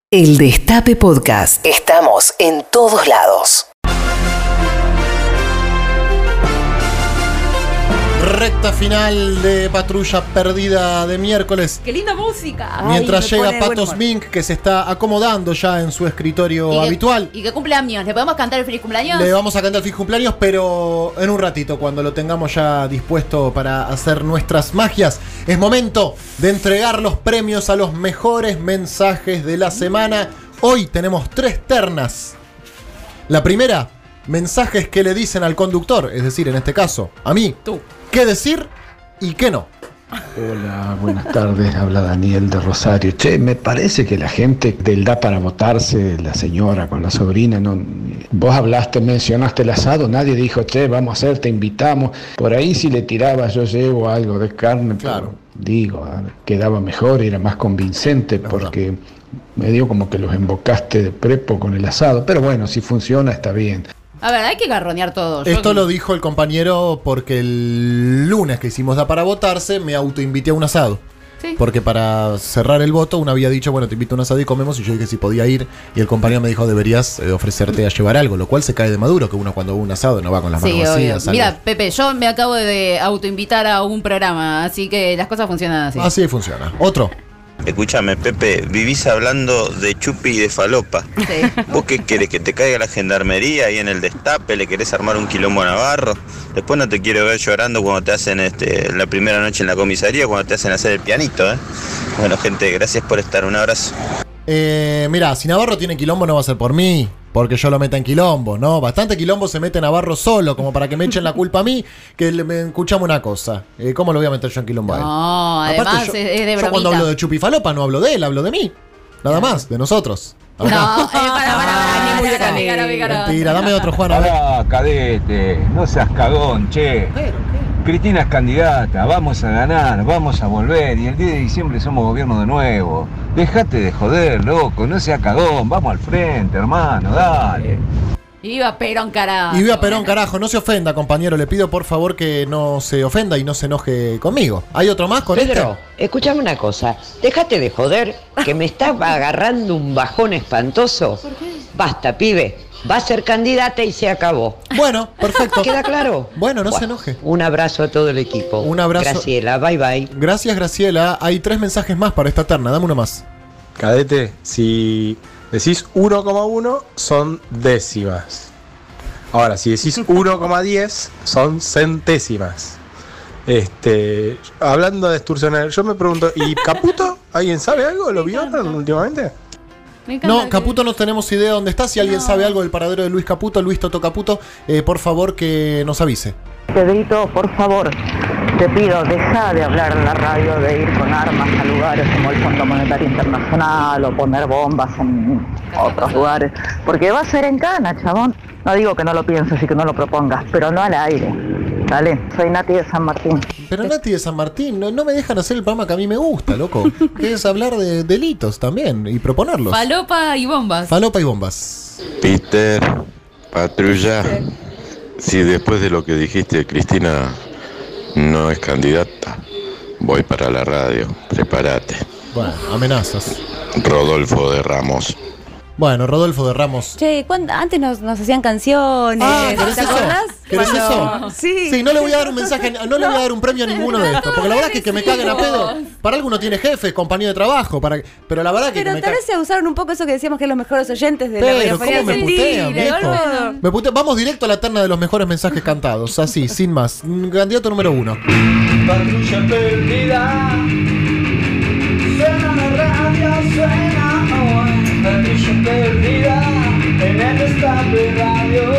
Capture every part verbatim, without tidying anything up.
El Destape Podcast. Estamos en todos lados. Recta final de Patrulla Perdida de miércoles. ¡Qué linda música! Mientras Ay, llega Patos Mink, que se está acomodando ya en su escritorio y que, habitual. Y que cumpleaños. ¿Le podemos cantar el feliz cumpleaños? Le vamos a cantar el feliz cumpleaños, pero en un ratito, cuando lo tengamos ya dispuesto para hacer nuestras magias. Es momento de entregar los premios a los mejores mensajes de la semana. Hoy tenemos tres ternas. La primera, mensajes que le dicen al conductor, es decir, en este caso, a mí. Tú. ¿Qué decir y qué no? Hola, buenas tardes, habla Daniel de Rosario. Che, me parece que la gente del da para votarse, la señora con la sobrina, no, vos hablaste, mencionaste el asado, nadie dijo, che, vamos a hacer, te invitamos. Por ahí si le tiraba yo llevo algo de carne, claro. Digo, quedaba mejor, era más convincente, es porque verdad. medio como que los embocaste de prepo con el asado. Pero bueno, si funciona está bien. A ver, hay que garronear todo. Yo Esto que... lo dijo el compañero porque el lunes que hicimos Da para votarse me autoinvité a un asado. Sí. Porque para cerrar el voto uno había dicho, bueno, te invito a un asado y comemos, y yo dije si podía ir, y el compañero me dijo, deberías eh, ofrecerte a llevar algo, lo cual se cae de maduro, que uno cuando va a un asado no va con las manos Sí, vacías. obvio. Mira, Pepe, yo me acabo de autoinvitar a un programa, así que las cosas funcionan así. Así funciona. Otro. Escúchame, Pepe, vivís hablando de chupi y de falopa. Sí. ¿Vos qué querés? ¿Que te caiga la gendarmería ahí en el Destape? ¿Le querés armar un quilombo a Navarro? Después no te quiero ver llorando cuando te hacen este, la primera noche en la comisaría, cuando te hacen hacer el pianito, ¿eh? Bueno, gente, gracias por estar. Un abrazo. Eh, mira, si Navarro tiene quilombo no va a ser por mí, porque yo lo meta en quilombo, ¿no? Bastante quilombo se mete Navarro solo, como para que me echen la culpa a mí, que le, me, escuchame una cosa. Eh, ¿Cómo lo voy a meter yo en quilombo a él? No, Aparte, además yo, es de bromita. yo cuando hablo de chupifalopa no hablo de él, hablo de mí. Nada más, de nosotros. No, eh, para, para, para, Ni muy para, de para, para, para. Mentira, dame otro, Juan. A ver. Pará, cadete, no seas cagón, che. Cristina es candidata, vamos a ganar, vamos a volver, y el diez de diciembre somos gobierno de nuevo. Dejate de joder, loco, no seas cagón, vamos al frente, hermano, dale. Y viva Perón, carajo. Y viva Perón, carajo, no se ofenda, compañero. Le pido por favor que no se ofenda y no se enoje conmigo. ¿Hay otro más con Pedro, este? escúchame una cosa. Déjate de joder, que me está agarrando un bajón espantoso. ¿Por qué? Basta, pibe. Va a ser candidata y se acabó. Bueno, perfecto. ¿Queda claro? Bueno, no Buah, se enoje. Un abrazo a todo el equipo. Un abrazo. Graciela, bye bye. Gracias, Graciela. Hay tres mensajes más para esta terna. Dame uno más. Cadete, si decís uno coma uno son décimas. Ahora, si decís uno coma diez son centésimas. Este, hablando de extorsionar, yo me pregunto, ¿y Caputo? ¿Alguien sabe algo? ¿Lo vieron últimamente? No, que... Caputo no tenemos idea dónde está. Si alguien No. sabe algo del paradero de Luis Caputo, Luis Toto Caputo, eh, por favor que nos avise. Pedrito, por favor, te pido, deja de hablar en la radio de ir con armas a lugares como el Fondo Monetario Internacional o poner bombas en otros lugares, porque va a ser en cana, chabón. No digo que no lo pienses y que no lo propongas, pero no al aire. Dale, soy Nati de San Martín. Pero Nati de San Martín, no, no me dejan hacer el programa que a mí me gusta, loco. Que es hablar de delitos también y proponerlos. Falopa y bombas. Falopa y bombas. Peter, Patrulla, si después de lo que dijiste, Cristina no es candidata, voy para la radio, prepárate. Bueno, amenazas. Rodolfo de Ramos. Bueno, Rodolfo de Ramos. Che, ¿cuándo- antes nos, nos hacían canciones, Ah, ¿querés ¿te eso? acordás? ¿Querés Cuando- eso? Sí. Sí, no le voy a dar un mensaje, no le voy a dar un premio a ninguno de estos, porque la verdad es que, que me caguen a pedo. Para algo uno tiene jefe, compañero de trabajo, para, pero la verdad que, Pero que me tal ca- vez se usaron un poco eso que decíamos que es los mejores oyentes de la Pero, radiofonía ¿cómo me argentina, putean, viejo? boludo. Me pute- Vamos directo a la terna de los mejores mensajes cantados, así, sin más. Candidato número uno. Patrulla perdida, suena la radio, suena hoy. Patrulla perdida, en el Destape Radio.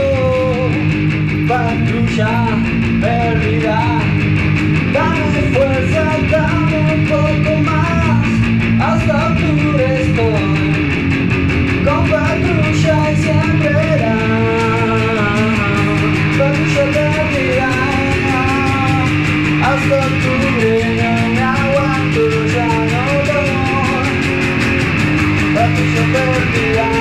Patrulla perdida, dame fuerza, dame un poco más, hasta octubre estoy, con patrulla y siempre da. Patrulla perdida, hasta octubre no me aguanto, ya no voy. Patrulla perdida.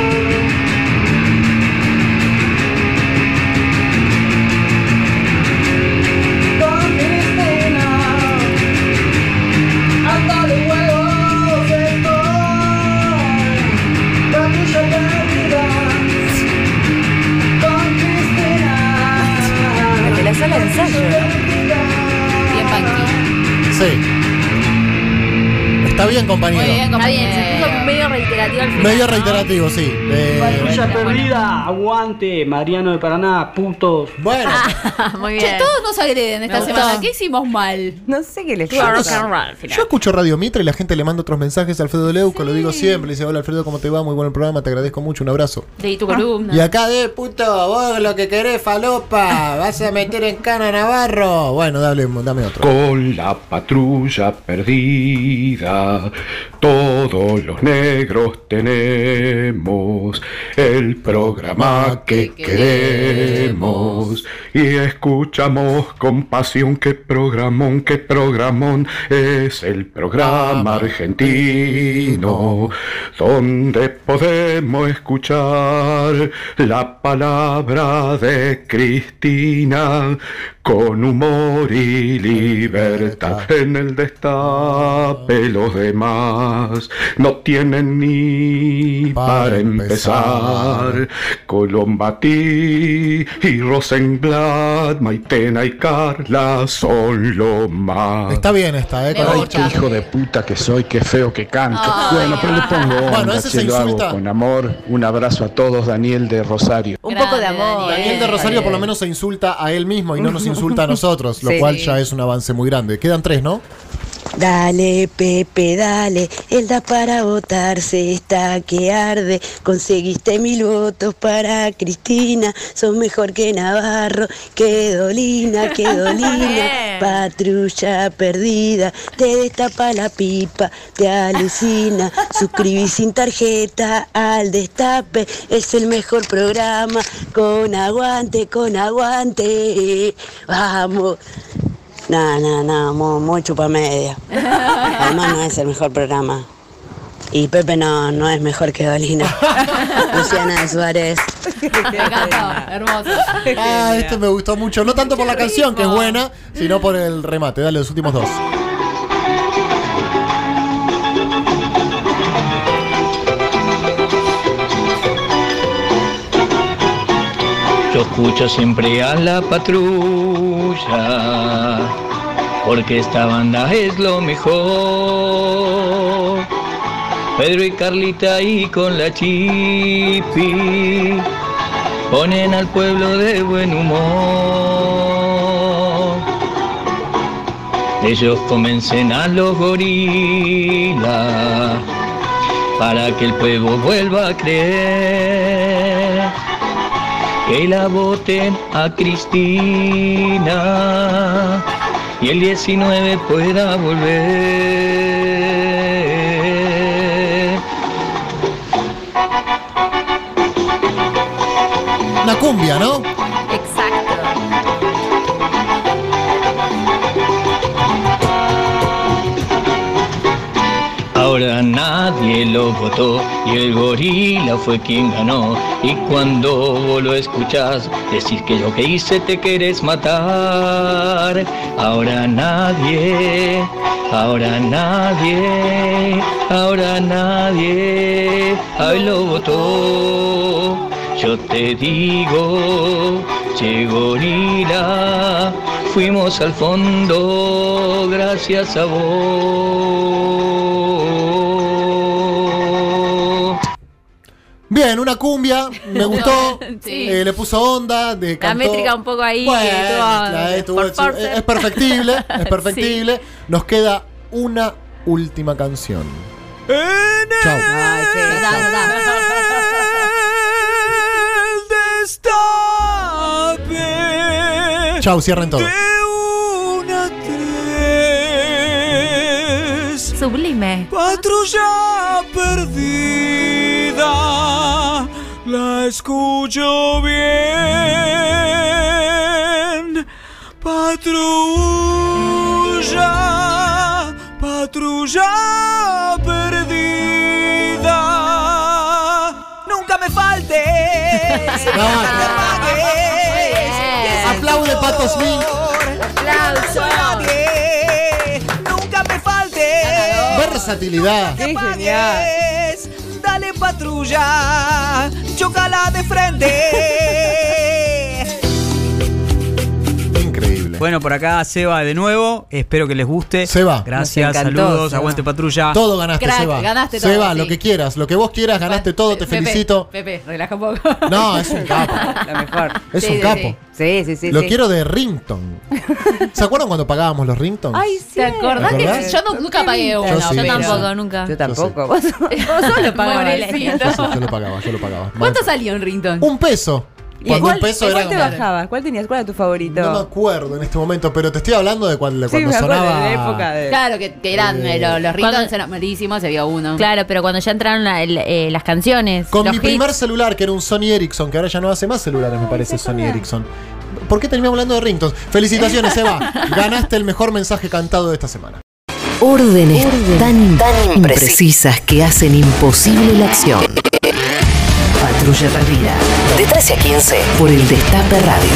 Con Cristina, hasta los huevos estoy. bien, compañero. Muy bien, Está bien, compañero. se puso medio reiterativo al final. Medio reiterativo, sí. Eh, Patrulla perdida, aguante, Mariano de Paraná, putos. bueno, Muy Che, bien. todos nos agreden esta Me semana. gusta. ¿Qué hicimos mal? No sé qué les Rock and pasa. roll al final. yo escucho Radio Mitra y la gente le manda otros mensajes a Alfredo Leuco, lo digo siempre. Le dice, hola Alfredo, ¿cómo te va? Muy bueno el programa, te agradezco mucho, un abrazo. De tu columna. Y acá de puto, vos lo que querés, falopa, vas a meter en cana a Navarro. Bueno, dale, dame otro. Con la patrulla perdida, todos los negros tenemos el programa que queremos y escuchamos con pasión. Qué programón, qué programón es el programa argentino, donde podemos escuchar la palabra de Cristina con humor y libertad. En el destape los demás no tienen ni para empezar. Colombati y Rosenblatt, Maitena y Carla son lo más. Está bien esta, eh. Me con Ay, gusta. qué hijo de puta que soy, qué feo que canto. Ay. Bueno, pero le pongo onda, Bueno, ese che, se lo hago insulta. con amor. Un abrazo a todos, Daniel de Rosario. Un poco de Grande, amor. Daniel de Rosario por lo menos se insulta a él mismo y no nos insulta a nosotros, lo Sí. cual ya es un avance muy grande. Quedan tres, ¿no? Dale, Pepe, dale, el da para votarse está que arde. Conseguiste mil votos para Cristina, sos mejor que Navarro, que Dolina, que Dolina. Bien. Patrulla perdida, te destapa la pipa, te alucina. Suscribís sin tarjeta al Destape, es el mejor programa, con aguante, con aguante. Vamos. No, no, no, muy, muy chupa media. Además no es el mejor programa. Y Pepe no, no es mejor que Dolina. Luciana de Suárez. Me encantó, hermoso. Ah, este me gustó mucho. No tanto por la canción, que es buena, sino por el remate. Dale, los últimos dos. Yo escucho siempre a la patrulla, porque esta banda es lo mejor. Pedro y Carlita ahí con la Chipi ponen al pueblo de buen humor. Ellos convencen a los gorilas para que el pueblo vuelva a creer, que la voten a Cristina y el diecinueve pueda volver. Una cumbia, ¿no? Exacto. Ahora nadie lo votó y el gorila fue quien ganó. Y cuando vos lo escuchás, decís que lo que hice te querés matar. Ahora nadie, ahora nadie, ahora nadie, ahí lo votó. Yo te digo, che gorila, fuimos al fondo gracias a vos. Bien, una cumbia, me gustó. Sí. Eh, le puso onda. De, La cantó- métrica un poco ahí. Bueno, estuvo- la- estuvo- por force. es, es perfectible, es perfectible. Nos queda una última canción. Chau. Ay, sí, ya está, ya está. Chau, cierren todo. Sublime. Patrulla perdida, la escucho bien. Patrulla, patrulla perdida. Nunca me faltes, No, nunca me apagues, que es el Aplaude, Pato Smith. aplauso a nadie. Nunca me faltes. Versatilidad. Qué genial. Dale patrulla, chócala de frente. Increíble. Bueno, por acá Seba de nuevo. Espero que les guste. Seba. Gracias, Nos encantó, saludos, Seba. aguante patrulla. Todo ganaste, Crack, Seba. ganaste todo, Seba, sí. lo que quieras, lo que vos quieras, ganaste todo, te Pepe, felicito. Pepe, relaja un poco. No, es un capo. La mejor. Es Sí, un sí, capo. Sí, sí, sí. Lo sí. quiero de rington. ¿Se acuerdan cuando pagábamos los ringtons? Ay, sí. ¿Te acordás ¿Te que acordás? yo no- nunca pagué uno? Yo sí. Yo Pero- tampoco, nunca. Yo tampoco. Vos, Vos solo pagabas. Pobrecito. Yo, sí, yo lo pagaba, yo lo pagaba. ¿Cuánto salía un ringtone? Un peso. ¿Y Cuando cuál, un peso cuál era te como- bajabas? ¿Cuál tenías? ¿Cuál era tu favorito? No me acuerdo en este momento, pero te estoy hablando de cuando, de Sí, cuando me acuerdo sonaba. de la época de... Claro, que, que eran Eh, eh, los, los ringtones cuando- eran malísimos, había uno. Claro, pero cuando ya entraron la- el- eh, las canciones. Con los mi hits. primer celular, que era un Sony Ericsson, que ahora ya no hace más celulares, me parece, Sony Ericsson. ¿Por qué terminamos hablando de ringtones? Felicitaciones, Eva. Ganaste el mejor mensaje cantado de esta semana. Órdenes tan, tan imprecisas que hacen imposible la acción. Patrulla Perdida. De trece a quince por el Destape Radio.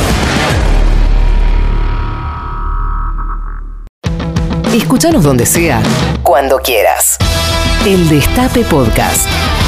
Escúchanos donde sea, cuando quieras. El Destape Podcast.